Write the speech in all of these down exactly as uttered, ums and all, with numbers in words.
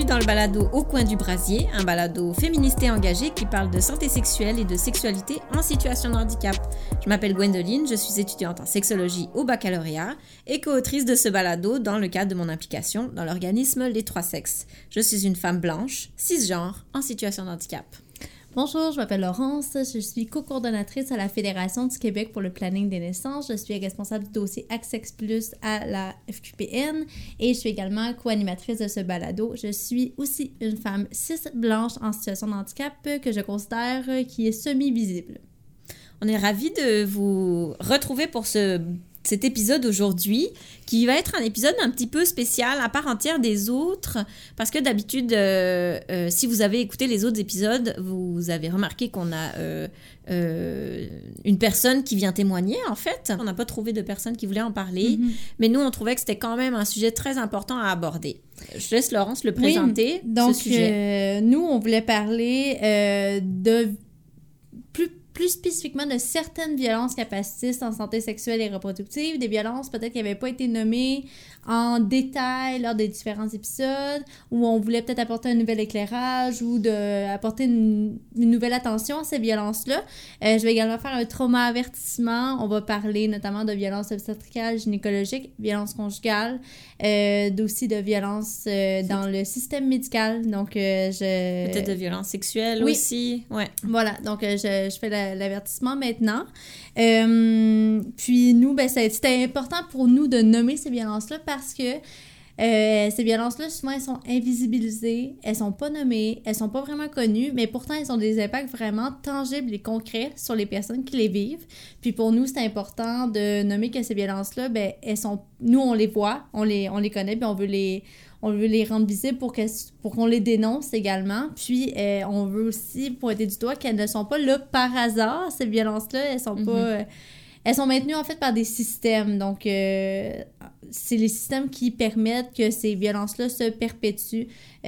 dans le balado Au coin du brasier, un balado féministe et engagé qui parle de santé sexuelle et de sexualité en situation de handicap. Je m'appelle Gwendoline, je suis étudiante en sexologie au baccalauréat et co-autrice de ce balado dans le cadre de mon implication dans l'organisme Les Trois Sexes. Je suis une femme blanche, cisgenre, en situation de handicap. Bonjour, je m'appelle Laurence, je suis co-coordonnatrice à la Fédération du Québec pour le planning des naissances. Je suis responsable du dossier Access Plus à la F Q P N et je suis également co-animatrice de ce balado. Je suis aussi une femme cis blanche en situation de handicap que je considère qui est semi-visible. On est ravis de vous retrouver pour ce cet épisode aujourd'hui, qui va être un épisode un petit peu spécial, à part entière des autres, parce que d'habitude, euh, euh, si vous avez écouté les autres épisodes, vous avez remarqué qu'on a euh, euh, une personne qui vient témoigner, en fait. On n'a pas trouvé de personne qui voulait en parler, mm-hmm. mais nous, on trouvait que c'était quand même un sujet très important à aborder. Je laisse Laurence le présenter, oui, donc, ce sujet. Euh, nous, on voulait parler euh, de plus plus spécifiquement de certaines violences capacitistes en santé sexuelle et reproductive, des violences peut-être qui n'avaient pas été nommées en détail lors des différents épisodes, où on voulait peut-être apporter un nouvel éclairage ou de, apporter une, une nouvelle attention à ces violences-là. Euh, je vais également faire un trauma-avertissement. On va parler notamment de violences obstétricales, gynécologiques, violences conjugales, euh, aussi de violences euh, dans le système médical. Donc, euh, je... Peut-être de violences sexuelles oui. aussi. Ouais. Voilà, donc euh, je, je fais la, l'avertissement maintenant. Euh, puis nous, ben, c'était important pour nous de nommer ces violences-là parce que euh, ces violences-là, souvent, elles sont invisibilisées, elles sont pas nommées, elles sont pas vraiment connues, mais pourtant, elles ont des impacts vraiment tangibles et concrets sur les personnes qui les vivent. Puis pour nous, c'est important de nommer que ces violences-là, ben, elles sont... Nous, on les voit, on les, on les connaît, puis on veut les... On veut les rendre visibles pour, que, pour qu'on les dénonce également. Puis, euh, on veut aussi pointer du doigt qu'elles ne sont pas là par hasard, ces violences-là. Elles sont mm-hmm. pas... Euh, elles sont maintenues, en fait, par des systèmes. Donc, euh, c'est les systèmes qui permettent que ces violences-là se perpétuent.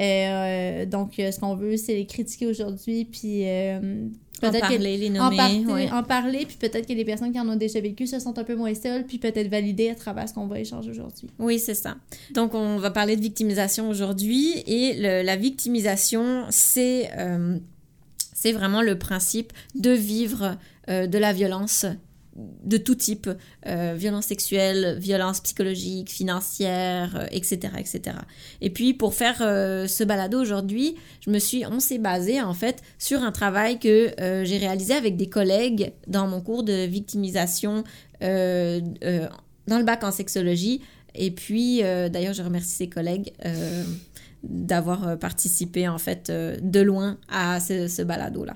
Euh, donc, ce qu'on veut, c'est les critiquer aujourd'hui, puis... Euh, peut-être en parler, les nommer. En, parler, ouais. en parler, puis peut-être que les personnes qui en ont déjà vécu se sentent un peu moins seules, puis peut-être valider à travers ce qu'on va échanger aujourd'hui. Oui, c'est ça. Donc, on va parler de victimisation aujourd'hui, et le, la victimisation, c'est, euh, c'est vraiment le principe de vivre euh, de la violence de tout type, euh, violence sexuelle, violence psychologique, financière, euh, et cetera, et cetera. Et puis, pour faire euh, ce balado aujourd'hui, je me suis, on s'est basé, en fait, sur un travail que euh, j'ai réalisé avec des collègues dans mon cours de victimisation euh, euh, dans le bac en sexologie. Et puis, euh, d'ailleurs, je remercie ces collègues euh, d'avoir participé, en fait, euh, de loin à ce, ce balado-là.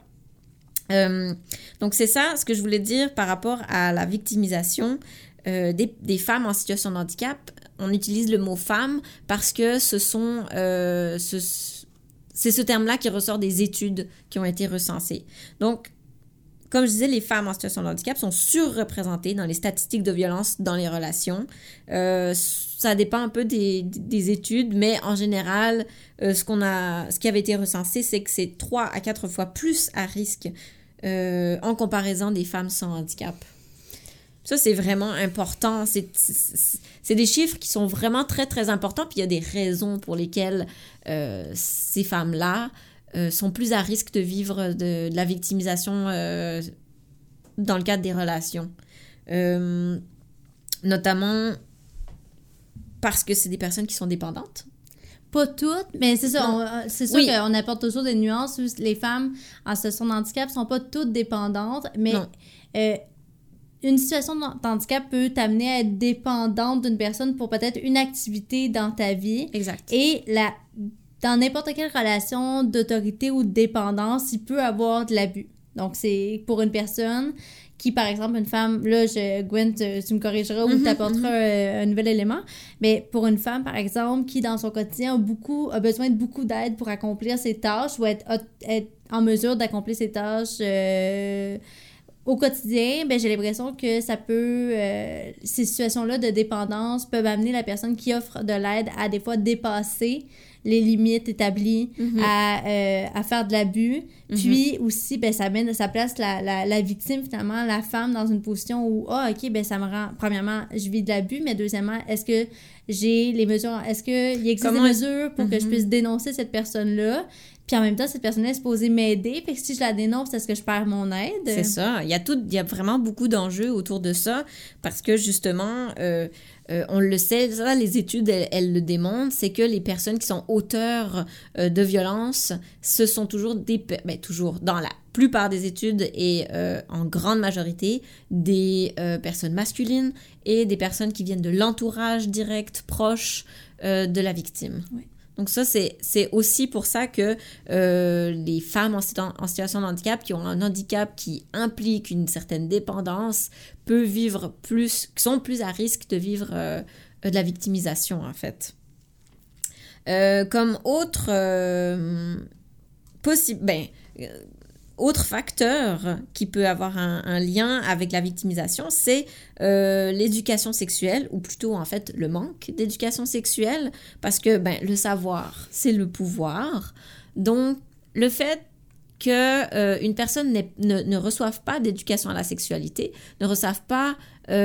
Euh, donc c'est ça ce que je voulais dire par rapport à la victimisation euh, des, des femmes en situation de handicap. On utilise le mot femme parce que ce sont euh, ce, c'est ce terme-là qui ressort des études qui ont été recensées. Donc comme je disais, les femmes en situation de handicap sont surreprésentées dans les statistiques de violence dans les relations. Euh, ça dépend un peu des, des études, mais en général, euh, ce, qu'on a, ce qui avait été recensé, c'est que c'est trois à quatre fois plus à risque euh, en comparaison des femmes sans handicap. Ça, c'est vraiment important. C'est, c'est, c'est des chiffres qui sont vraiment très, très importants. Puis il y a des raisons pour lesquelles euh, ces femmes-là Euh, sont plus à risque de vivre de, de la victimisation euh, dans le cadre des relations. Euh, notamment parce que c'est des personnes qui sont dépendantes. Pas toutes, mais c'est ça. On, c'est sûr oui. qu'on apporte toujours des nuances où les femmes en situation de handicap ne sont pas toutes dépendantes, mais euh, une situation de handicap peut t'amener à être dépendante d'une personne pour peut-être une activité dans ta vie. Exact. Et la dans n'importe quelle relation d'autorité ou de dépendance, il peut avoir de l'abus. Donc, c'est pour une personne qui, par exemple, une femme, là, je, Gwen, tu, tu me corrigeras mm-hmm, ou t'apporteras mm-hmm. un, un nouvel élément, mais pour une femme, par exemple, qui, dans son quotidien, a, beaucoup, a besoin de beaucoup d'aide pour accomplir ses tâches ou être, être en mesure d'accomplir ses tâches euh, au quotidien, ben, j'ai l'impression que ça peut... Euh, ces situations-là de dépendance peuvent amener la personne qui offre de l'aide à, des fois, dépasser les limites établies, Mm-hmm. à, euh, à faire de l'abus. Mm-hmm. Puis aussi, ben, ça, mène, ça place la, la, la victime, finalement, la femme, dans une position où, ah, OK, ben, ça me rend, premièrement, je vis de l'abus, mais deuxièmement, est-ce que j'ai les mesures, est-ce qu'il existe Comment... des mesures pour mm-hmm. que je puisse dénoncer cette personne-là? Puis en même temps, cette personne-là est supposée m'aider. Fait que si je la dénonce, est-ce que je perds mon aide? C'est ça. Il y a, tout, il y a vraiment beaucoup d'enjeux autour de ça parce que justement, euh, euh, on le sait, ça, les études, elles, elles le démontrent, c'est que les personnes qui sont auteurs euh, de violences, ce sont toujours des... Ben, toujours, dans la plupart des études et euh, en grande majorité, des euh, personnes masculines et des personnes qui viennent de l'entourage direct, proche euh, de la victime. Oui. Donc ça, c'est, c'est aussi pour ça que euh, les femmes en, en situation de handicap, qui ont un handicap qui implique une certaine dépendance, peuvent vivre plus, sont plus à risque de vivre euh, de la victimisation, en fait. Euh, comme autre, euh, possi- ben, euh, autre facteur qui peut avoir un, un lien avec la victimisation, c'est euh, l'éducation sexuelle, ou plutôt en fait le manque d'éducation sexuelle, parce que ben, le savoir, c'est le pouvoir. Donc, le fait qu'une euh, personne ne, ne reçoive pas d'éducation à la sexualité, ne reçoive pas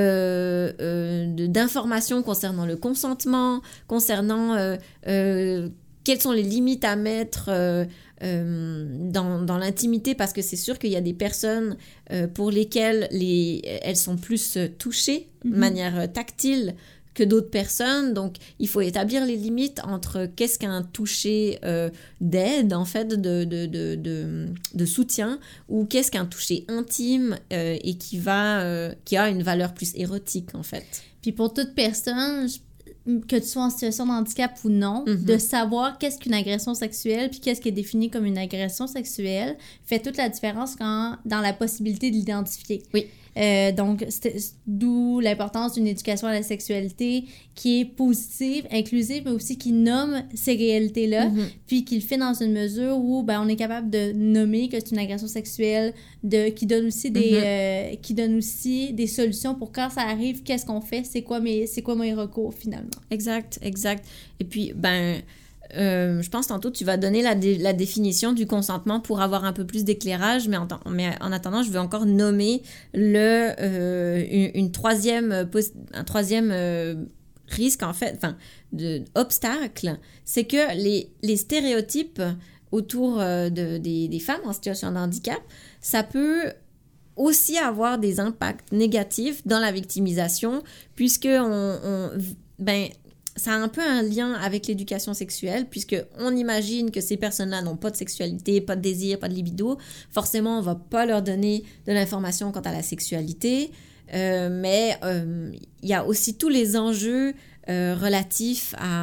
euh, euh, d'informations concernant le consentement, concernant euh, euh, quelles sont les limites à mettre euh, euh, dans, dans l'intimité, parce que c'est sûr qu'il y a des personnes euh, pour lesquelles les, elles sont plus touchées mm-hmm. de manière tactile que d'autres personnes. Donc, il faut établir les limites entre qu'est-ce qu'un toucher euh, d'aide, en fait, de, de, de, de, de soutien, ou qu'est-ce qu'un toucher intime euh, et qui, va, euh, qui a une valeur plus érotique, en fait. Puis pour toute personne, je que tu sois en situation de handicap ou non, mm-hmm. de savoir qu'est-ce qu'une agression sexuelle puis qu'est-ce qui est défini comme une agression sexuelle fait toute la différence quand, dans la possibilité de l'identifier. Oui. Euh, donc, c'est, d'où l'importance d'une éducation à la sexualité qui est positive, inclusive, mais aussi qui nomme ces réalités-là, mm-hmm. puis qui le fait dans une mesure où ben, on est capable de nommer que c'est une agression sexuelle, de, qui, donne aussi des, mm-hmm. euh, qui donne aussi des solutions pour quand ça arrive, qu'est-ce qu'on fait, c'est quoi mes, c'est quoi mes recours finalement. Exact, exact. Et puis, ben... Euh, je pense tantôt tu vas donner la, dé- la définition du consentement pour avoir un peu plus d'éclairage, mais en, t- mais en attendant, je veux encore nommer le, euh, une, une troisième, un troisième euh, risque, en fait, enfin, de, obstacle, c'est que les, les stéréotypes autour euh, de, des, des femmes en situation de handicap, ça peut aussi avoir des impacts négatifs dans la victimisation, puisque on, on ben, ça a un peu un lien avec l'éducation sexuelle, puisqu'on imagine que ces personnes-là n'ont pas de sexualité, pas de désir, pas de libido. Forcément, on ne va pas leur donner de l'information quant à la sexualité, euh, mais il euh, y a aussi tous les enjeux euh, relatifs à,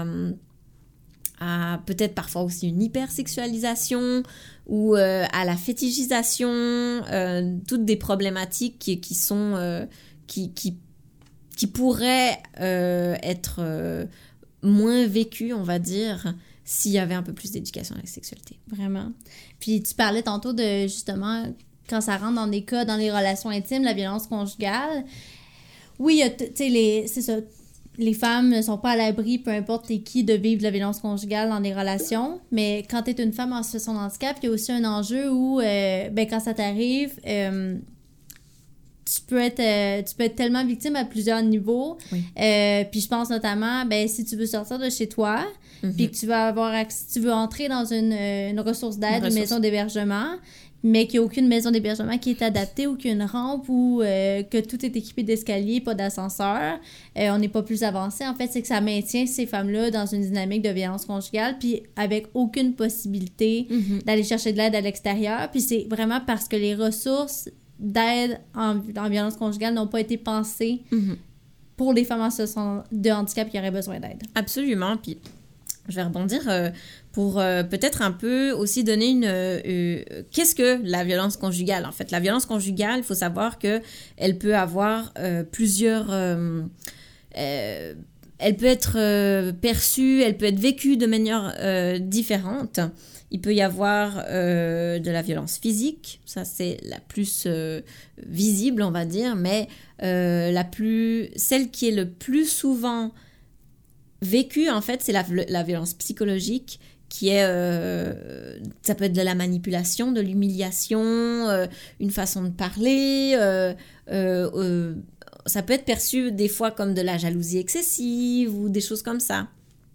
à peut-être parfois aussi une hypersexualisation ou euh, à la fétichisation, euh, toutes des problématiques qui, qui sont... Euh, qui, qui qui pourrait euh, être euh, moins vécu, on va dire, s'il y avait un peu plus d'éducation à la sexualité. Vraiment. Puis tu parlais tantôt de, justement, quand ça rentre dans des cas, dans les relations intimes, la violence conjugale. Oui, tu sais, les, c'est ça, les femmes ne sont pas à l'abri, peu importe t'es qui, de vivre de la violence conjugale dans des relations, mais quand t'es une femme en situation de handicap, il y a aussi un enjeu où, euh, ben, quand ça t'arrive... Euh, Tu peux, être, euh, tu peux être tellement victime à plusieurs niveaux. Oui. Euh, puis je pense notamment, ben, si tu veux sortir de chez toi, mm-hmm. puis que tu veux avoir accès, tu veux entrer dans une, une ressource d'aide, une, une maison d'hébergement, mais qu'il n'y a aucune maison d'hébergement qui est adaptée ou qu'il y a une rampe ou euh, que tout est équipé d'escaliers, pas d'ascenseur, euh, on n'est pas plus avancé. En fait, c'est que ça maintient ces femmes-là dans une dynamique de violence conjugale, puis avec aucune possibilité mm-hmm. d'aller chercher de l'aide à l'extérieur. Puis c'est vraiment parce que les ressources d'aide en, en violence conjugale n'ont pas été pensées mm-hmm. pour les femmes en situation de handicap qui auraient besoin d'aide. Absolument. Puis je vais rebondir euh, pour euh, peut-être un peu aussi donner une... Euh, euh, qu'est-ce que la violence conjugale, en fait? La violence conjugale, il faut savoir qu'elle peut avoir euh, plusieurs... Euh, euh, elle peut être euh, perçue, elle peut être vécue de manière euh, différente. Il peut y avoir euh, de la violence physique, ça c'est la plus euh, visible, on va dire, mais euh, la plus, celle qui est le plus souvent vécu, en fait, c'est la, la violence psychologique qui est, euh, ça peut être de la manipulation, de l'humiliation, euh, une façon de parler, euh, euh, euh, ça peut être perçu des fois comme de la jalousie excessive ou des choses comme ça.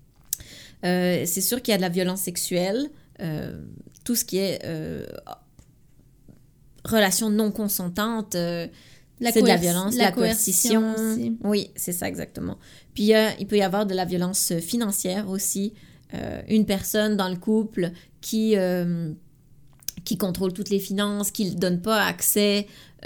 Euh, c'est sûr qu'il y a de la violence sexuelle, euh, tout ce qui est euh, relation non consentante, euh, c'est de la violence, la, la coercition. coercition aussi. Oui, c'est ça exactement. Puis euh, il peut y avoir de la violence financière aussi. Euh, une personne dans le couple qui, euh, qui contrôle toutes les finances, qui ne donne pas accès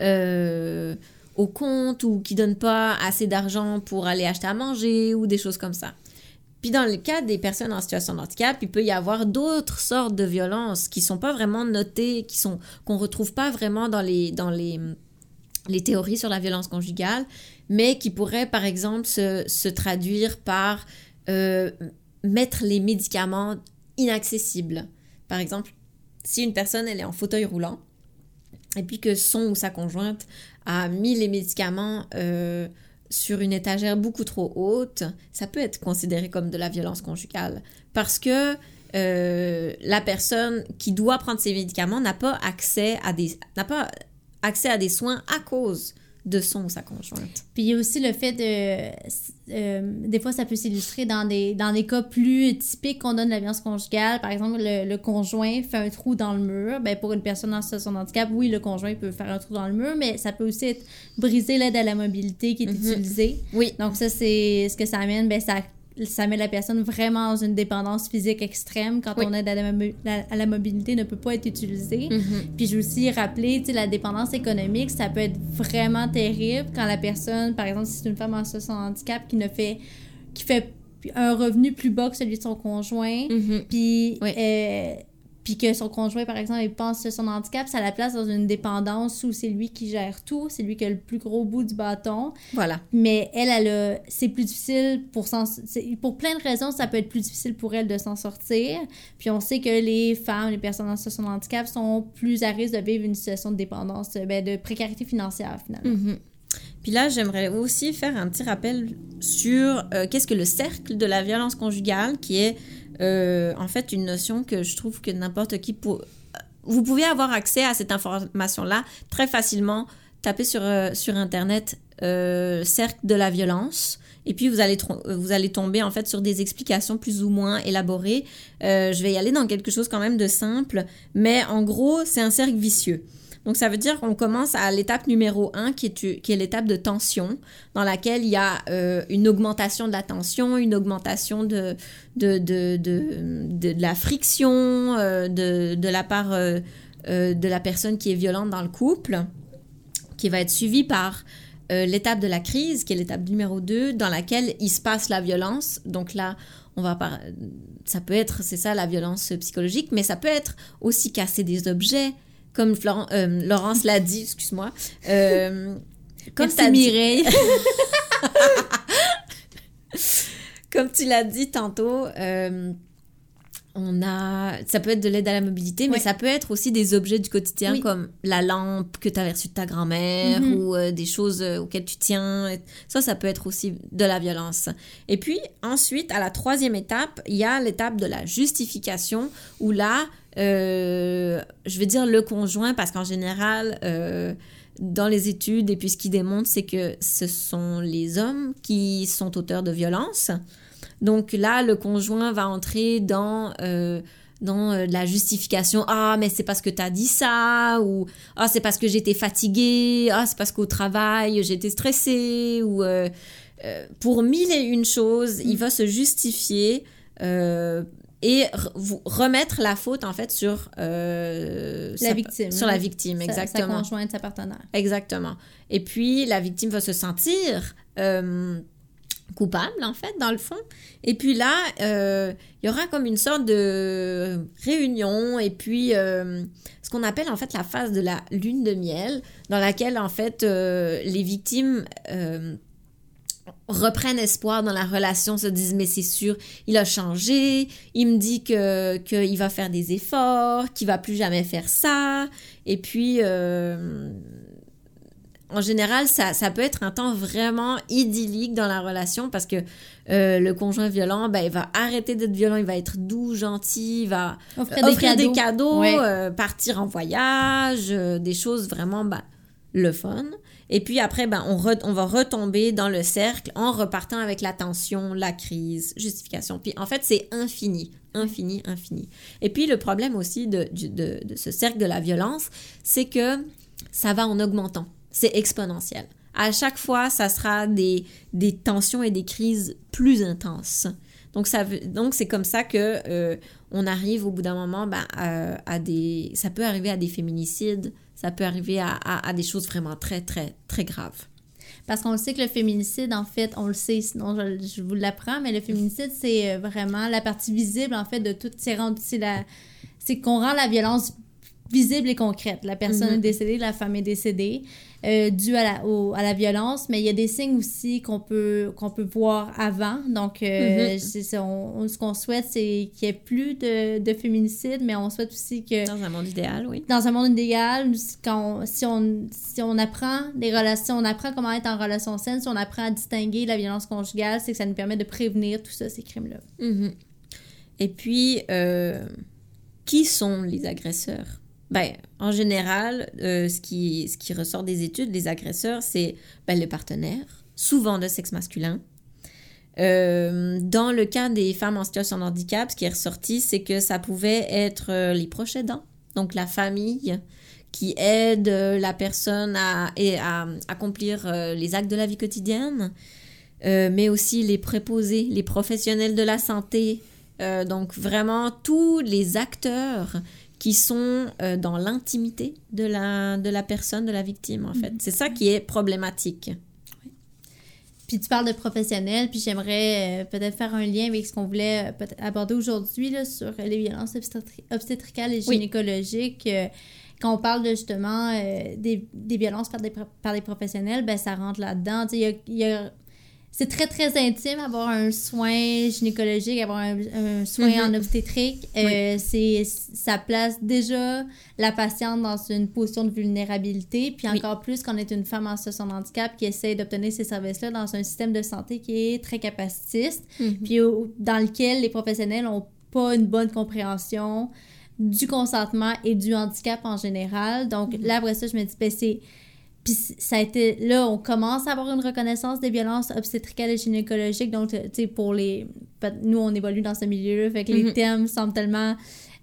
euh, au compte ou qui ne donne pas assez d'argent pour aller acheter à manger ou des choses comme ça. Puis dans le cas des personnes en situation de handicap, il peut y avoir d'autres sortes de violences qui ne sont pas vraiment notées, qui sont, qu'on ne retrouve pas vraiment dans les... Dans les les théories sur la violence conjugale, mais qui pourraient, par exemple, se, se traduire par euh, mettre les médicaments inaccessibles. Par exemple, si une personne, elle est en fauteuil roulant, et puis que son ou sa conjointe a mis les médicaments euh, sur une étagère beaucoup trop haute, ça peut être considéré comme de la violence conjugale. Parce que euh, la personne qui doit prendre ses médicaments n'a pas accès à des... n'a pas accès à des soins à cause de son ou sa conjointe. Puis il y a aussi le fait de... Euh, des fois, ça peut s'illustrer dans des, dans des cas plus typiques qu'on donne de la violence conjugale. Par exemple, le, le conjoint fait un trou dans le mur. Ben, pour une personne en situation de handicap, oui, le conjoint peut faire un trou dans le mur, mais ça peut aussi être briser l'aide à la mobilité qui est mm-hmm. utilisée. Oui. Donc ça, c'est ce que ça amène. Ben, ça ça met la personne vraiment dans une dépendance physique extrême quand oui. ton aide à la, la, à la mobilité ne peut pas être utilisée. Mm-hmm. Puis je veux aussi rappeler, tu sais, la dépendance économique, ça peut être vraiment terrible quand la personne, par exemple, si c'est une femme en situation de handicap qui ne fait, qui fait un revenu plus bas que celui de son conjoint, mm-hmm. puis... Oui. Euh, puis que son conjoint, par exemple, il pense que son handicap, ça la place dans une dépendance où c'est lui qui gère tout, c'est lui qui a le plus gros bout du bâton. Voilà. Mais elle, elle a, c'est plus difficile pour s'en... Pour plein de raisons, ça peut être plus difficile pour elle de s'en sortir. Puis on sait que les femmes, les personnes en situation de handicap sont plus à risque de vivre une situation de dépendance, ben, de précarité financière, finalement. Mm-hmm. Puis là, j'aimerais aussi faire un petit rappel sur euh, qu'est-ce que le cercle de la violence conjugale, qui est euh, en fait une notion que je trouve que n'importe qui... Pour... Vous pouvez avoir accès à cette information-là très facilement. Tapez sur, euh, sur Internet euh, « cercle de la violence » et puis vous allez, tr- vous allez tomber en fait sur des explications plus ou moins élaborées. Euh, je vais y aller dans quelque chose quand même de simple, mais en gros, c'est un cercle vicieux. Donc, ça veut dire qu'on commence à l'étape numéro un, qui est, qui est l'étape de tension, dans laquelle il y a euh, une augmentation de la tension, une augmentation de, de, de, de, de, de la friction euh, de, de la part euh, euh, de la personne qui est violente dans le couple, qui va être suivie par euh, l'étape de la crise, qui est l'étape numéro deux, dans laquelle il se passe la violence. Donc là, on va par... ça peut être, c'est ça, la violence psychologique, mais ça peut être aussi casser des objets, comme Florent, euh, Laurence l'a dit, excuse-moi. Euh, comme c'est Mireille. Comme tu l'as dit tantôt, euh, on a, ça peut être de l'aide à la mobilité, oui. mais ça peut être aussi des objets du quotidien, oui. comme la lampe que tu avais reçue de ta grand-mère mm-hmm. ou euh, des choses euh, auxquelles tu tiens. Ça, ça peut être aussi de la violence. Et puis, ensuite, à la troisième étape, il y a l'étape de la justification, où là, Euh, je vais dire le conjoint parce qu'en général, euh, dans les études, et puis ce qui démontre, c'est que ce sont les hommes qui sont auteurs de violences. Donc là, le conjoint va entrer dans, euh, dans euh, la justification. « Ah, mais c'est parce que t'as dit ça » ou « Ah, c'est parce que j'étais fatiguée » « Ah, c'est parce qu'au travail, j'étais stressée » ou euh, euh, pour mille et une choses, il va se justifier euh, et re- remettre la faute, en fait, sur... Euh, la sa, victime. Sur la victime, sa, exactement. Sa conjointe, sa partenaire. Exactement. Et puis, la victime va se sentir euh, coupable, en fait, dans le fond. Et puis là, euh, il y aura comme une sorte de réunion et puis euh, ce qu'on appelle, en fait, la phase de la lune de miel, dans laquelle, en fait, euh, les victimes... Euh, reprennent espoir dans la relation, se disent mais c'est sûr, il a changé, il me dit que qu'il va faire des efforts, qu'il va plus jamais faire ça, et puis euh, en général, ça, ça peut être un temps vraiment idyllique dans la relation parce que euh, le conjoint violent, ben, il va arrêter d'être violent, il va être doux, gentil, il va Offrir, offrir des des cadeaux, cadeaux, ouais. euh, partir en voyage, euh, des choses vraiment ben, le fun. Et puis après, ben, on, re- on va retomber dans le cercle en repartant avec la tension, la crise, justification. Puis en fait, c'est infini, infini, infini. Et puis le problème aussi de, de, de, de ce cercle de la violence, c'est que ça va en augmentant. C'est exponentiel. À chaque fois, ça sera des, des tensions et des crises plus intenses. Donc, ça veut, donc c'est comme ça que euh, on arrive au bout d'un moment ben, à, à des... Ça peut arriver à des féminicides, ça peut arriver à, à, à des choses vraiment très, très, très graves. Parce qu'on le sait que le féminicide, en fait, on le sait, sinon je, je vous l'apprends, mais le féminicide, c'est vraiment la partie visible, en fait, de tout. C'est, c'est, la, c'est qu'on rend la violence visible et concrète. La personne mm-hmm. est décédée, la femme est décédée, euh, due à la, au, à la violence, mais il y a des signes aussi qu'on peut, qu'on peut voir avant. Donc, euh, mm-hmm. c'est, c'est, on, on, ce qu'on souhaite, c'est qu'il n'y ait plus de, de féminicide, mais on souhaite aussi que... Dans un monde idéal, oui. Dans un monde idéal, quand on, si, on, si on apprend des relations, on apprend comment être en relation saine, si on apprend à distinguer la violence conjugale, c'est que ça nous permet de prévenir tout ça, ces crimes-là. Mm-hmm. Et puis, euh, qui sont les agresseurs? Ben, en général, euh, ce, qui, ce qui ressort des études, les agresseurs, c'est ben, le partenaire, souvent de sexe masculin. Euh, dans le cas des femmes en situation de handicap, ce qui est ressorti, c'est que ça pouvait être euh, les proches aidants, donc la famille qui aide euh, la personne à, et à accomplir euh, les actes de la vie quotidienne, euh, mais aussi les préposés, les professionnels de la santé, euh, donc vraiment tous les acteurs qui sont euh, dans l'intimité de la, de la personne, de la victime, en fait. C'est ça qui est problématique. Oui. Puis tu parles de professionnels, puis j'aimerais euh, peut-être faire un lien avec ce qu'on voulait euh, aborder aujourd'hui là, sur les violences obstétri- obstétricales et gynécologiques. Oui. Euh, quand on parle de, justement euh, des, des violences par des, par des professionnels, ben ça rentre là-dedans. Il y a, y a C'est très, très intime avoir un soin gynécologique, avoir un, un soin mm-hmm. en obstétrique. Euh, oui. c'est, ça place déjà la patiente dans une position de vulnérabilité. Puis encore oui. plus qu'on est une femme en situation de handicap qui essaie d'obtenir ces services-là dans un système de santé qui est très capacitiste. Mm-hmm. Puis au, dans lequel les professionnels n'ont pas une bonne compréhension du consentement et du handicap en général. Donc mm-hmm. là, après ça, je me dis, ben c'est... Puis ça a été... Là, on commence à avoir une reconnaissance des violences obstétricales et gynécologiques. Donc, tu sais, pour les... Nous, on évolue dans ce milieu-là, fait que mm-hmm. les thèmes semblent tellement...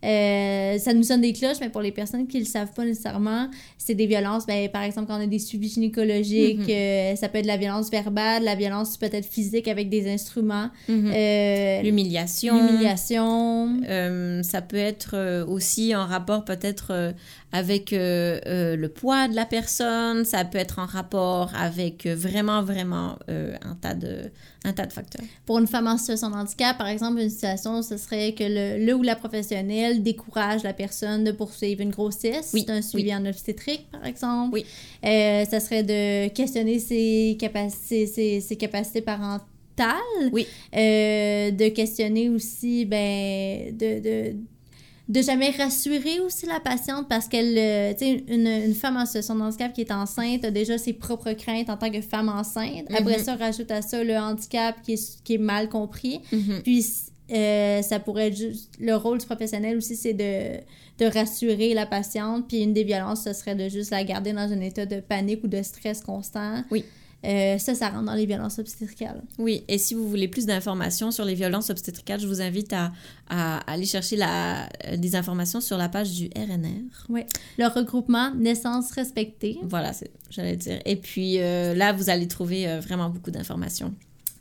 Euh, ça nous sonne des cloches, mais pour les personnes qui ne le savent pas nécessairement, c'est des violences, ben, par exemple, quand on a des suivis gynécologiques, mm-hmm. euh, ça peut être de la violence verbale, la violence peut-être physique avec des instruments. Mm-hmm. Euh, L'humiliation. L'humiliation. Euh, ça peut être euh, aussi en rapport peut-être euh, avec euh, euh, le poids de la personne, ça peut être en rapport avec euh, vraiment, vraiment euh, un tas de... un tas de facteurs. Pour une femme en situation de handicap, par exemple, une situation, ce serait que le, le ou la professionnelle décourage la personne de poursuivre une grossesse. Oui. C'est un suivi oui. en obstétrique, par exemple. Oui. Euh, ça serait de questionner ses, capaci- ses, ses capacités parentales. Oui. Euh, de questionner aussi, ben, de... de de jamais rassurer aussi la patiente parce qu'elle, tu sais, une, une femme en situation de handicap qui est enceinte a déjà ses propres craintes en tant que femme enceinte. Mm-hmm. Après ça, rajoute à ça le handicap qui est, qui est mal compris. Mm-hmm. Puis, euh, ça pourrait être juste... Le rôle du professionnel aussi, c'est de, de rassurer la patiente. Puis, une des violences, ce serait de juste la garder dans un état de panique ou de stress constant. Oui. Euh, ça, ça rentre dans les violences obstétricales. Oui, et si vous voulez plus d'informations sur les violences obstétricales, je vous invite à, à aller chercher la, des informations sur la page du R N R. Oui, le regroupement Naissance respectée. Voilà, c'est, j'allais dire. Et puis euh, là, vous allez trouver euh, vraiment beaucoup d'informations.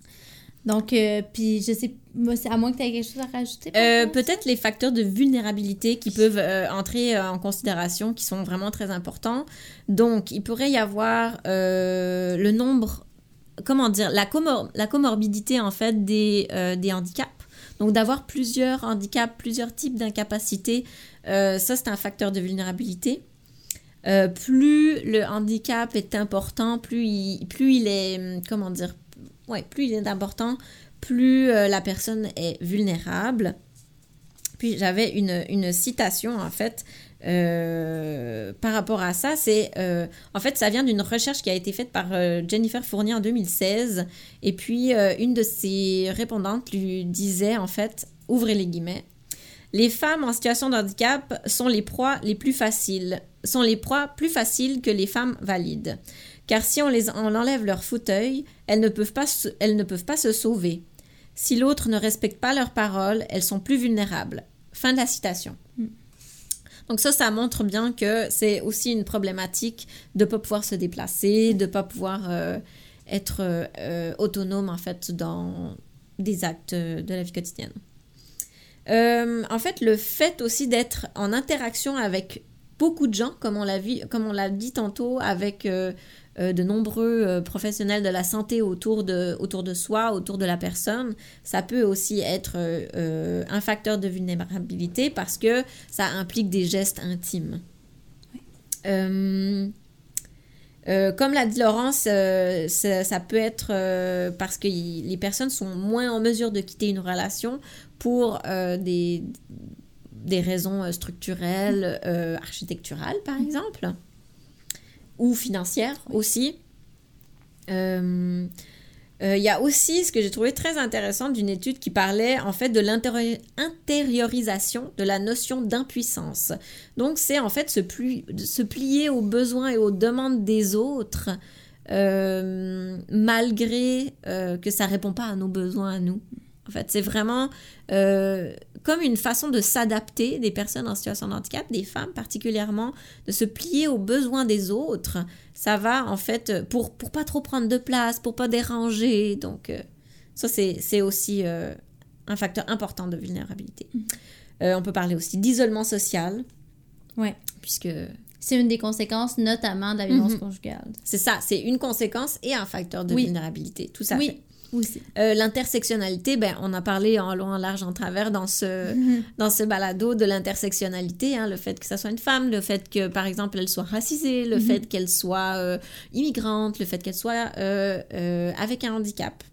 Donc, euh, puis je sais, moi, c'est à moins que tu aies quelque chose à rajouter. Euh, peut-être les facteurs de vulnérabilité qui peuvent euh, entrer euh, en considération, qui sont vraiment très importants. Donc, il pourrait y avoir euh, le nombre, comment dire, la, comor- la comorbidité, en fait, des, euh, des handicaps. Donc, d'avoir plusieurs handicaps, plusieurs types d'incapacités, euh, ça, c'est un facteur de vulnérabilité. Euh, plus le handicap est important, plus il, plus il est, comment dire, ouais, plus il est important, plus euh, la personne est vulnérable. Puis j'avais une, une citation, en fait, euh, par rapport à ça. C'est, euh, en fait, ça vient d'une recherche qui a été faite par euh, Jennifer Fournier en deux mille seize. Et puis, euh, une de ses répondantes lui disait, en fait, ouvrez les guillemets, « Les femmes en situation de handicap sont les proies les plus faciles, sont les proies plus faciles que les femmes valides. Car si on, les, on enlève leur fauteuil, elles ne peuvent pas, elles ne peuvent pas se sauver. Si l'autre ne respecte pas leurs paroles, elles sont plus vulnérables. » Fin de la citation. Mm. Donc ça, ça montre bien que c'est aussi une problématique de ne pas pouvoir se déplacer, de ne pas pouvoir euh, être euh, autonome, en fait, dans des actes de la vie quotidienne. Euh, en fait, le fait aussi d'être en interaction avec beaucoup de gens, comme on l'a vu, comme on l'a dit tantôt, avec euh, euh, de nombreux euh, professionnels de la santé autour de, autour de soi, autour de la personne, ça peut aussi être euh, un facteur de vulnérabilité parce que ça implique des gestes intimes. Oui. Euh, euh, comme l'a dit Laurence, euh, ça, ça peut être euh, parce que y, les personnes sont moins en mesure de quitter une relation pour euh, des, des raisons structurelles, euh, architecturales, par exemple, ou financières oui. aussi. Euh, euh, y a aussi ce que j'ai trouvé très intéressant d'une étude qui parlait en fait de l'intériorisation de la notion d'impuissance. Donc, c'est en fait se, pli- se plier aux besoins et aux demandes des autres euh, malgré euh, que ça ne répond pas à nos besoins à nous. En fait, c'est vraiment euh, comme une façon de s'adapter des personnes en situation de handicap, des femmes particulièrement, de se plier aux besoins des autres. Ça va, en fait, pour pour pas trop prendre de place, pour pas déranger. Donc, euh, ça, c'est, c'est aussi euh, un facteur important de vulnérabilité. Mmh. Euh, on peut parler aussi d'isolement social. Oui. Puisque... C'est une des conséquences, notamment de la violence mmh. conjugale. C'est ça, c'est une conséquence et un facteur de oui. vulnérabilité. Tout ça oui. fait. Aussi. Euh, l'intersectionnalité, ben, on a parlé en long, en large, en travers dans ce, mm-hmm. dans ce balado de l'intersectionnalité, hein, le fait que ça soit une femme, le fait que, par exemple, elle soit racisée, le mm-hmm. fait qu'elle soit euh, immigrante, le fait qu'elle soit euh, euh, avec un handicap.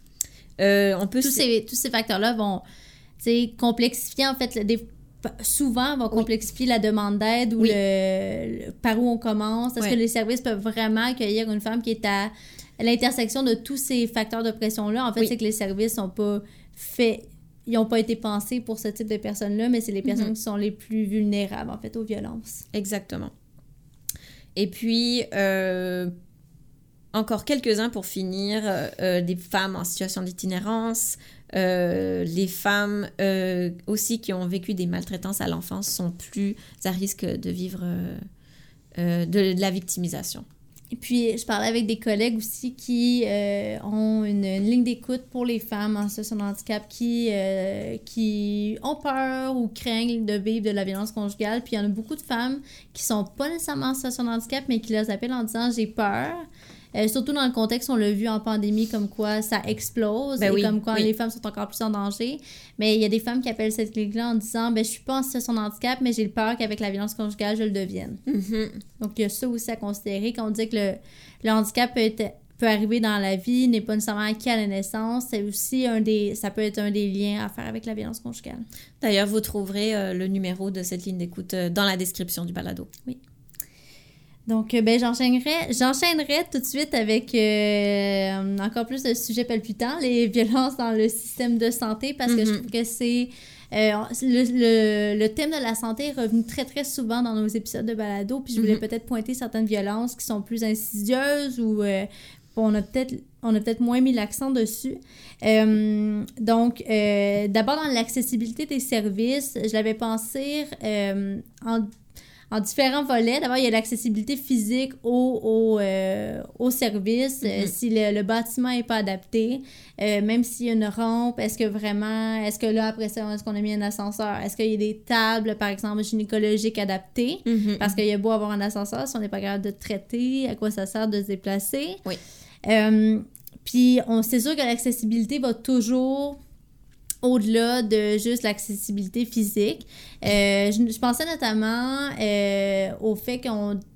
Euh, on peut tous, ces, tous ces facteurs-là vont complexifier, en fait, des, souvent vont complexifier oui. la demande d'aide ou oui. le, le, par où on commence. Est-ce oui. que les services peuvent vraiment accueillir une femme qui est à l'intersection de tous ces facteurs de pression-là? En fait, oui. c'est que les services n'ont pas fait... Ils n'ont pas été pensés pour ce type de personnes-là, mais c'est les personnes mm-hmm. qui sont les plus vulnérables, en fait, aux violences. Exactement. Et puis, euh, encore quelques-uns pour finir, euh, des femmes en situation d'itinérance, euh, les femmes euh, aussi qui ont vécu des maltraitances à l'enfance sont plus à risque de vivre euh, euh, de, de la victimisation. Et puis, je parlais avec des collègues aussi qui euh, ont une, une ligne d'écoute pour les femmes en situation de handicap qui, euh, qui ont peur ou craignent de vivre de la violence conjugale. Puis, il y en a beaucoup de femmes qui sont pas nécessairement en situation de handicap, mais qui les appellent en disant « j'ai peur ». Euh, surtout dans le contexte, on l'a vu en pandémie, comme quoi ça explose ben et oui, comme quoi oui. les femmes sont encore plus en danger. Mais il y a des femmes qui appellent cette ligne-là en disant ben, « je suis pas en situation de handicap, mais j'ai le peur qu'avec la violence conjugale, je le devienne. Mm-hmm. » Donc, il y a ça aussi à considérer. Quand on dit que le, le handicap peut, être, peut arriver dans la vie, n'est pas nécessairement acquis à la naissance, c'est aussi un des, ça peut être un des liens à faire avec la violence conjugale. D'ailleurs, vous trouverez euh, le numéro de cette ligne d'écoute euh, dans la description du balado. Oui. Donc, ben, j'enchaînerai, j'enchaînerai tout de suite avec euh, encore plus de sujets palpitants, les violences dans le système de santé, parce mm-hmm. que je trouve que c'est... Euh, le, le, le thème de la santé est revenu très, très souvent dans nos épisodes de balado, puis je voulais mm-hmm. peut-être pointer certaines violences qui sont plus insidieuses ou euh, on a peut-être... On a peut-être moins mis l'accent dessus. Euh, donc, euh, d'abord, dans l'accessibilité des services, je l'avais pensé euh, en... en différents volets. D'abord, il y a l'accessibilité physique au, au, euh, au service. Mm-hmm. Euh, si le, le bâtiment n'est pas adapté, euh, même s'il y a une rampe, est-ce que vraiment... Est-ce que là, après ça, est-ce qu'on a mis un ascenseur? Est-ce qu'il y a des tables, par exemple, gynécologiques adaptées? Mm-hmm. Parce qu'il y a beau avoir un ascenseur, si on n'est pas capable de traiter, à quoi ça sert de se déplacer? Oui. Euh, puis, on, c'est sûr que l'accessibilité va toujours... au-delà de juste l'accessibilité physique. Euh, je, je pensais notamment euh, au fait qu'on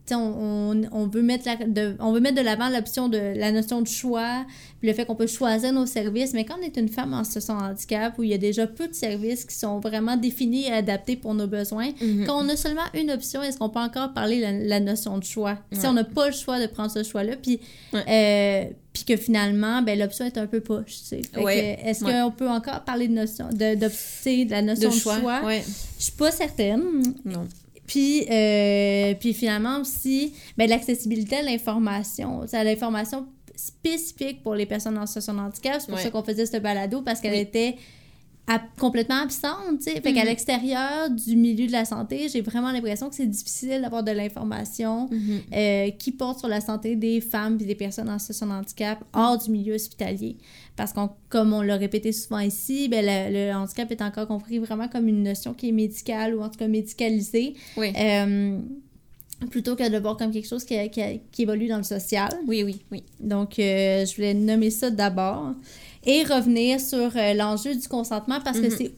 On, on, on, veut mettre la, de, on veut mettre de l'avant l'option de la notion de choix, puis le fait qu'on peut choisir nos services, mais quand on est une femme en situation de handicap, où il y a déjà peu de services qui sont vraiment définis et adaptés pour nos besoins, mm-hmm. quand on a seulement une option, est-ce qu'on peut encore parler de la, la notion de choix? Ouais. Si on n'a pas le choix de prendre ce choix-là, puis ouais. euh, puis que finalement, ben, l'option est un peu poche, tu sais. Ouais. Est-ce ouais. qu'on peut encore parler de, notion, de, de, de la notion de, de choix? choix? Ouais. Je suis pas certaine. Non. Puis, euh, puis finalement aussi, ben, l'accessibilité à l'information. C'est à l'information spécifique pour les personnes en situation de handicap. C'est pour ouais. ça qu'on faisait ce balado, parce qu'elle oui. était à, complètement absente, tu sais. Fait mm-hmm. qu'à l'extérieur du milieu de la santé, j'ai vraiment l'impression que c'est difficile d'avoir de l'information mm-hmm. euh, qui porte sur la santé des femmes et des personnes en situation de handicap hors du milieu hospitalier. Parce qu'on, comme on l'a répété souvent ici, ben le, le handicap est encore compris vraiment comme une notion qui est médicale ou en tout cas médicalisée. Oui. Euh, plutôt que de le voir comme quelque chose qui, qui, qui évolue dans le social. Oui, oui, oui. Donc, euh, je voulais nommer ça d'abord. Et revenir sur euh, l'enjeu du consentement, parce mm-hmm. que c'est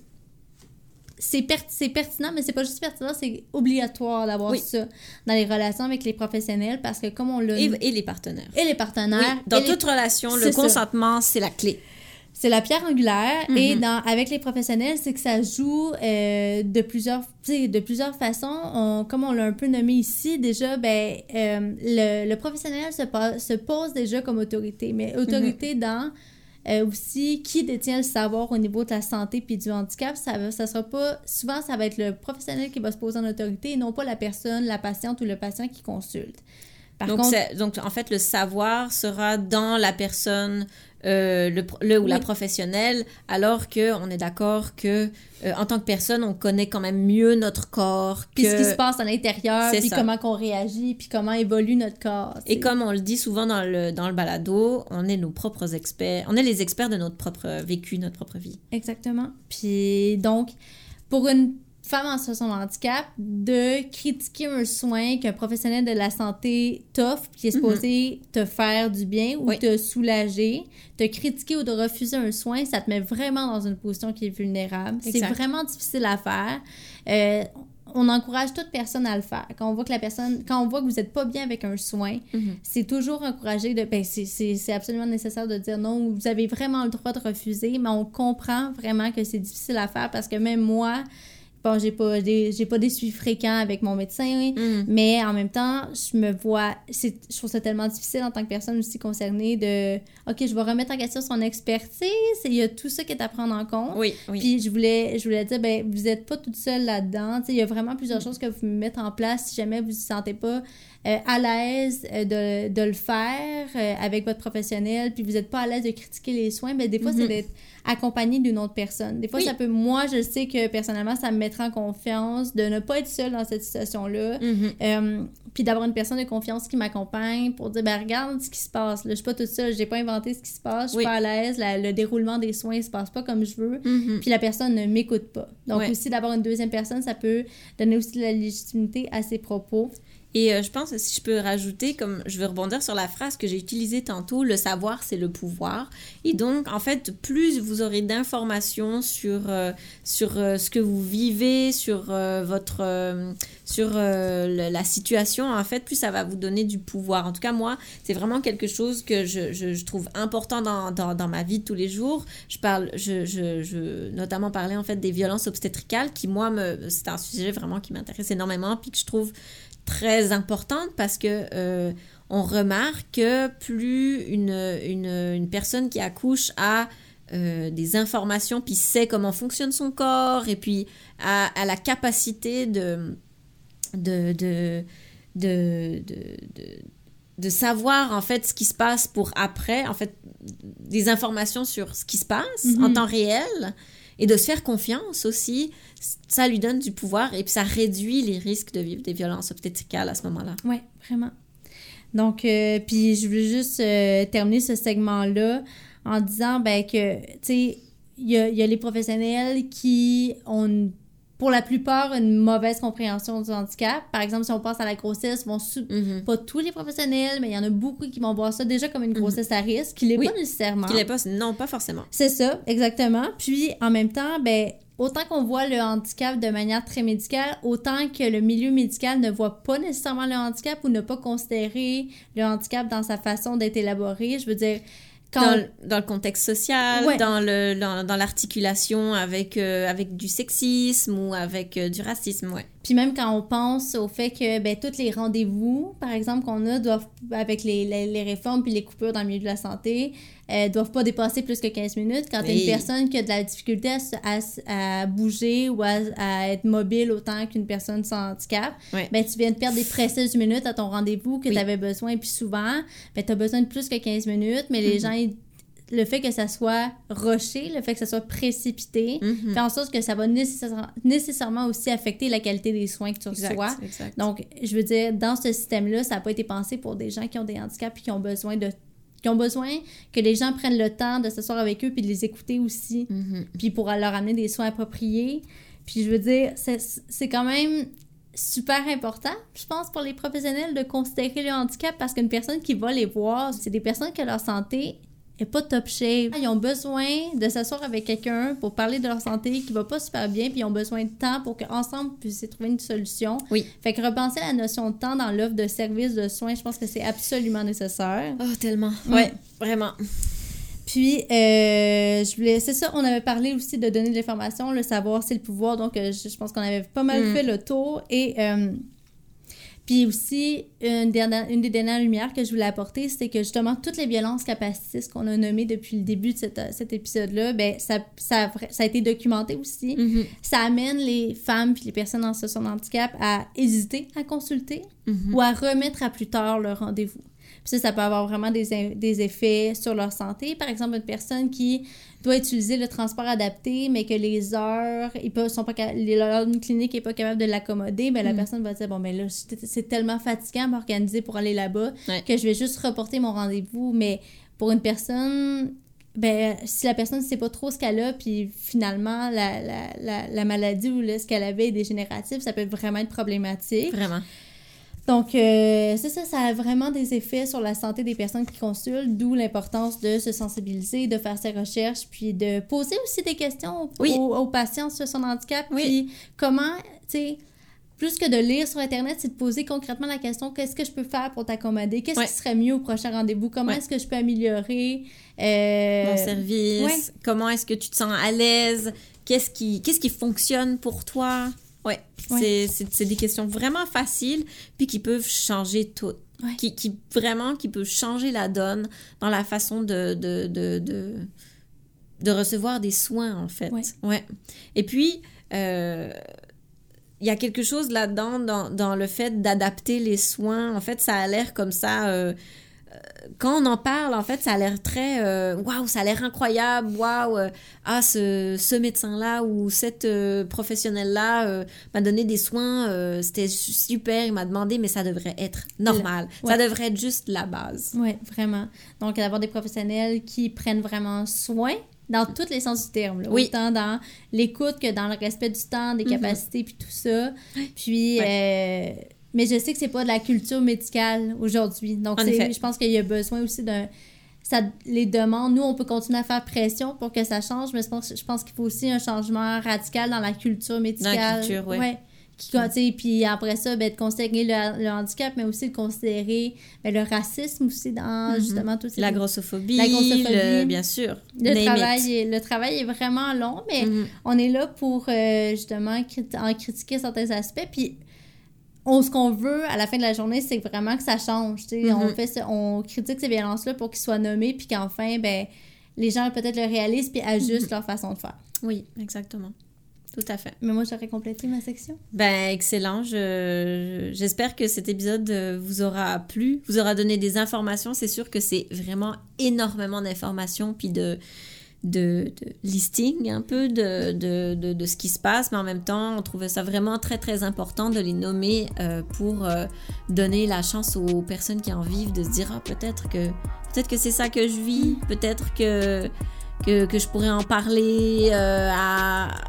c'est, per- c'est pertinent, mais c'est pas juste pertinent, c'est obligatoire d'avoir oui. ça dans les relations avec les professionnels, parce que comme on l'a... Et, et les partenaires. Et les partenaires. Oui. Dans toute les... relation, le consentement, ça. C'est la clé. C'est la pierre angulaire. Mm-hmm. Et dans, avec les professionnels, c'est que ça joue euh, de plusieurs de plusieurs façons. On, comme on l'a un peu nommé ici, déjà, ben, euh, le, le professionnel se, se pose déjà comme autorité, mais autorité mm-hmm. dans... Euh, aussi, qui détient le savoir au niveau de la santé puis du handicap, ça, ça sera pas... Souvent, ça va être le professionnel qui va se poser en autorité et non pas la personne, la patiente ou le patient qui consulte. Par donc, contre... c'est, donc, en fait, le savoir sera dans la personne, euh, le, le ou oui. la professionnelle, alors qu'on est d'accord que euh, en tant que personne, on connaît quand même mieux notre corps. Que... Puis ce qui se passe à l'intérieur, puis comment qu'on réagit, puis comment évolue notre corps. T'sais. Et comme on le dit souvent dans le, dans le balado, on est nos propres experts. On est les experts de notre propre vécu, notre propre vie. Exactement. Puis donc, pour une femme en situation de handicap, de critiquer un soin qu'un professionnel de la santé t'offre, qui est supposé mm-hmm. te faire du bien ou oui. te soulager, te critiquer ou de refuser un soin, ça te met vraiment dans une position qui est vulnérable. Exact. C'est vraiment difficile à faire. Euh, on encourage toute personne à le faire. Quand on voit que la personne, quand on voit que vous n'êtes pas bien avec un soin, mm-hmm. c'est toujours encouragé de, ben c'est, c'est, c'est absolument nécessaire de dire non, vous avez vraiment le droit de refuser, mais on comprend vraiment que c'est difficile à faire, parce que même moi, bon, j'ai pas des, j'ai pas des suivis fréquents avec mon médecin, oui, mm. mais en même temps, je me vois... C'est, je trouve ça tellement difficile en tant que personne aussi concernée de... OK, je vais remettre en question son expertise. Il y a tout ça qui est à prendre en compte. Oui, oui. Puis je voulais, je voulais dire, ben vous n'êtes pas toute seule là-dedans. T'sais, il y a vraiment plusieurs mm. choses que vous pouvez mettre en place si jamais vous ne vous sentez pas euh, à l'aise euh, de, de le faire euh, avec votre professionnel, puis vous n'êtes pas à l'aise de critiquer les soins. Ben des fois, mm-hmm. c'est d'être accompagné d'une autre personne. Des fois, oui. ça peut... Moi, je sais que, personnellement, ça me mettra en confiance de ne pas être seule dans cette situation-là. Mm-hmm. Euh, puis d'avoir une personne de confiance qui m'accompagne pour dire, ben regarde ce qui se passe. Là, je suis pas toute seule, j'ai pas inventé ce qui se passe, je suis oui. pas à l'aise, la, le déroulement des soins se passe pas comme je veux, mm-hmm. puis la personne ne m'écoute pas. Donc, ouais. aussi, d'avoir une deuxième personne, ça peut donner aussi de la légitimité à ses propos. Et euh, je pense que si je peux rajouter, comme je vais rebondir sur la phrase que j'ai utilisée tantôt, le savoir, c'est le pouvoir. Et donc, en fait, plus vous aurez d'informations sur, euh, sur euh, ce que vous vivez, sur euh, votre... Euh, sur euh, le, la situation, en fait, plus ça va vous donner du pouvoir. En tout cas, moi, c'est vraiment quelque chose que je, je, je trouve important dans, dans, dans ma vie de tous les jours. Je parle, je, je, je notamment parler, en fait, des violences obstétricales qui, moi, me, c'est un sujet vraiment qui m'intéresse énormément, puis que je trouve très importante, parce que euh, on remarque que plus une, une, une personne qui accouche a euh, des informations, puis sait comment fonctionne son corps, et puis a, a la capacité de, de, de, de, de, de, de savoir en fait ce qui se passe pour après, en fait, des informations sur ce qui se passe mm-hmm. en temps réel, et de se faire confiance aussi, ça lui donne du pouvoir et puis ça réduit les risques de vivre des violences obstétricales à ce moment-là. Oui, vraiment. Donc, euh, puis je veux juste euh, terminer ce segment-là en disant ben, que, tu sais, il y a, y a les professionnels qui ont une pour la plupart, une mauvaise compréhension du handicap. Par exemple, si on passe à la grossesse, vont sou- Mm-hmm. pas tous les professionnels, mais il y en a beaucoup qui vont voir ça déjà comme une grossesse à risque, qui l'est Oui. pas nécessairement. Qui l'est pas, non, pas forcément. C'est ça, exactement. Puis, en même temps, ben, autant qu'on voit le handicap de manière très médicale, autant que le milieu médical ne voit pas nécessairement le handicap ou n'a pas considéré le handicap dans sa façon d'être élaboré. Je veux dire, quand... Dans, le- dans le contexte social, Ouais. dans, le, dans, dans l'articulation avec, euh, avec du sexisme ou avec euh, du racisme, ouais. Puis même quand on pense au fait que ben, tous les rendez-vous, par exemple, qu'on a doivent, avec les, les, les réformes puis les coupures dans le milieu de la santé, euh, doivent pas dépasser plus que quinze minutes. Quand tu Oui. une personne qui a de la difficulté à, se- à, se- à bouger ou à, à être mobile autant qu'une personne sans handicap, Ouais. ben, tu viens de perdre des précieuses minutes à ton rendez-vous que Oui. tu avais besoin. Puis souvent, ben, tu as besoin de plus que quinze minutes, mais les Mhm. gens, ils- le fait que ça soit rushé, le fait que ça soit précipité, Mhm. fait en sorte que ça va nécessaire- nécessairement aussi affecter la qualité des soins que tu reçois. Exact, exact. Donc, je veux dire, dans ce système-là, ça n'a pas été pensé pour des gens qui ont des handicaps et qui ont besoin de qui ont besoin que les gens prennent le temps de s'asseoir avec eux puis de les écouter aussi, Mhm. puis pour leur amener des soins appropriés. Puis je veux dire, c'est, c'est quand même super important, je pense, pour les professionnels de considérer le handicap parce qu'une personne qui va les voir, c'est des personnes que leur santé est pas top shape. Ils ont besoin de s'asseoir avec quelqu'un pour parler de leur santé qui va pas super bien, puis ils ont besoin de temps pour qu'ensemble ils puissent trouver une solution. Oui. Fait que repenser la notion de temps dans l'offre de services de soins, je pense que c'est absolument nécessaire. Oh, tellement. Mm. Ouais, vraiment. Puis, euh, je voulais, c'est ça, on avait parlé aussi de donner de l'information, le savoir, c'est le pouvoir, donc euh, je, je pense qu'on avait pas mal Mm. fait le tour. Et euh, puis aussi, une, dernière, une des dernières lumières que je voulais apporter, c'est que justement, toutes les violences capacitistes qu'on a nommées depuis le début de cette, cet épisode-là, ben ça, ça, a, vra- ça a été documenté aussi. Mhm. Ça amène les femmes puis les personnes en situation de handicap à hésiter à consulter Mhm. ou à remettre à plus tard leur rendez-vous. Puis ça, ça peut avoir vraiment des, in- des effets sur leur santé. Par exemple, une personne qui doit utiliser le transport adapté, mais que les heures, ils peuvent, sont pas ca- l'heure d'une clinique n'est pas capable de l'accommoder, ben la Mm. personne va dire, bon, ben là, c'est c'est tellement fatigant à m'organiser pour aller là-bas Ouais. que je vais juste reporter mon rendez-vous. Mais pour une personne... Ben, si la personne ne sait pas trop ce qu'elle a, puis finalement, la, la, la, la maladie ou là, ce qu'elle avait est dégénératif, ça peut vraiment être problématique. Vraiment. Donc, euh, c'est ça, ça a vraiment des effets sur la santé des personnes qui consultent, d'où l'importance de se sensibiliser, de faire ses recherches, puis de poser aussi des questions aux, Oui. aux, aux patients sur son handicap. Oui. Puis comment, tu sais, plus que de lire sur Internet, c'est de poser concrètement la question, qu'est-ce que je peux faire pour t'accommoder? Qu'est-ce Ouais. qui serait mieux au prochain rendez-vous? Comment Ouais. est-ce que je peux améliorer? euh, Mon service, ouais. comment est-ce que tu te sens à l'aise, qu'est-ce qui, qu'est-ce qui fonctionne pour toi. Ouais, Ouais. C'est, c'est, c'est des questions vraiment faciles, puis qui peuvent changer tout. Ouais. Qui, qui, vraiment, qui peuvent changer la donne dans la façon de, de, de, de, de recevoir des soins, en fait. Ouais. Ouais. Et puis, euh, il y a quelque chose là-dedans, dans, dans le fait d'adapter les soins. En fait, ça a l'air comme ça... euh, quand on en parle, en fait, ça a l'air très... euh, Waouh, ça a l'air incroyable. Waouh, euh, ah, ce, ce médecin-là ou cette euh, professionnelle-là euh, m'a donné des soins. euh, c'était su- super. Il m'a demandé, mais ça devrait être normal. Ouais. Ça devrait être juste la base. Oui, vraiment. Donc, d'avoir des professionnels qui prennent vraiment soin dans tous les sens du terme. Là. Oui. Autant dans l'écoute que dans le respect du temps, des Mhm. capacités, puis tout ça. Puis, euh, mais je sais que c'est pas de la culture médicale aujourd'hui. Donc, En c'est- effet. je pense qu'il y a besoin aussi d'un... Ça, les demandes, nous, on peut continuer à faire pression pour que ça change, mais je pense, je pense qu'il faut aussi un changement radical dans la culture médicale. culture, ouais. Ouais. Qui, tu sais, puis après ça, ben, de considérer le, le handicap, mais aussi de considérer ben, le racisme aussi dans Mhm. justement tout La grossophobie, La grossophobie. le- bien sûr. le Name it. travail, est, le travail est vraiment long, mais Mhm. on est là pour euh, justement crit- en critiquer certains aspects. Puis on, ce qu'on veut à la fin de la journée, c'est vraiment que ça change. tu sais. Mhm. On, fait, ce- on critique ces violences-là pour qu'ils soient nommés, puis qu'enfin, ben, les gens peut-être le réalisent puis ajustent Mhm. leur façon de faire. Oui, exactement. Tout à fait. Mais moi, j'aurais complété ma section. Ben, excellent. Je, j'espère que cet épisode euh, vous aura plu, vous aura donné des informations. C'est sûr que c'est vraiment énormément d'informations, puis de, de, de listing un peu de, de, de, de ce qui se passe, mais en même temps, on trouvait ça vraiment très, très important de les nommer euh, pour euh, donner la chance aux personnes qui en vivent de se dire, ah, peut-être que, peut-être que c'est ça que je vis, peut-être que, que, que je pourrais en parler euh, à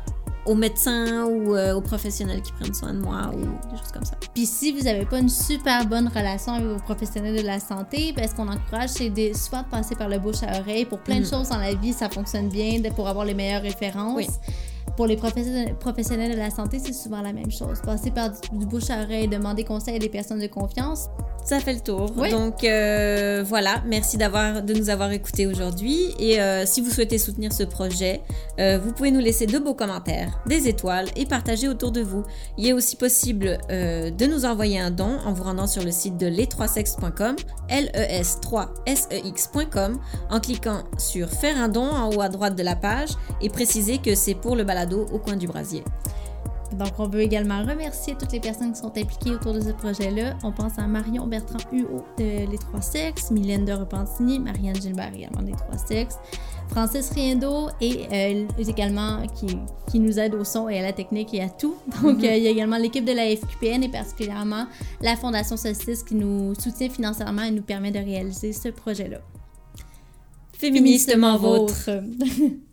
aux médecins ou euh, aux professionnels qui prennent soin de moi ou des choses comme ça. Puis si vous n'avez pas une super bonne relation avec vos professionnels de la santé, ben, ce qu'on encourage, c'est de, souvent de passer par le bouche à oreille. Pour plein mm. de choses dans la vie, ça fonctionne bien de, pour avoir les meilleures références. Oui. Pour les professionnels, professionnels de la santé, c'est souvent la même chose. Passer par du, du bouche à oreille, demander conseil à des personnes de confiance. Ça fait le tour. Oui. Donc euh, voilà, merci d'avoir, de nous avoir écoutés aujourd'hui. Et euh, si vous souhaitez soutenir ce projet, euh, vous pouvez nous laisser de beaux commentaires, des étoiles et partager autour de vous. Il est aussi possible euh, de nous envoyer un don en vous rendant sur le site de les trois sexes point com, L E S trois S E X point com, en cliquant sur Faire un don en haut à droite de la page et préciser que c'est pour le balado Au coin du brasier. Donc, on veut également remercier toutes les personnes qui sont impliquées autour de ce projet-là. On pense à Marion Bertrand-Huot de Les Trois Sexes, Mylène de Repentigny, Marianne Gilbert également des Trois Sexes, Francis Riendo et euh, également qui, qui nous aide au son et à la technique et à tout. Donc, mm-hmm. euh, il y a également l'équipe de la F Q P N et particulièrement la Fondation Solstice qui nous soutient financièrement et nous permet de réaliser ce projet-là. Féministement vôtre.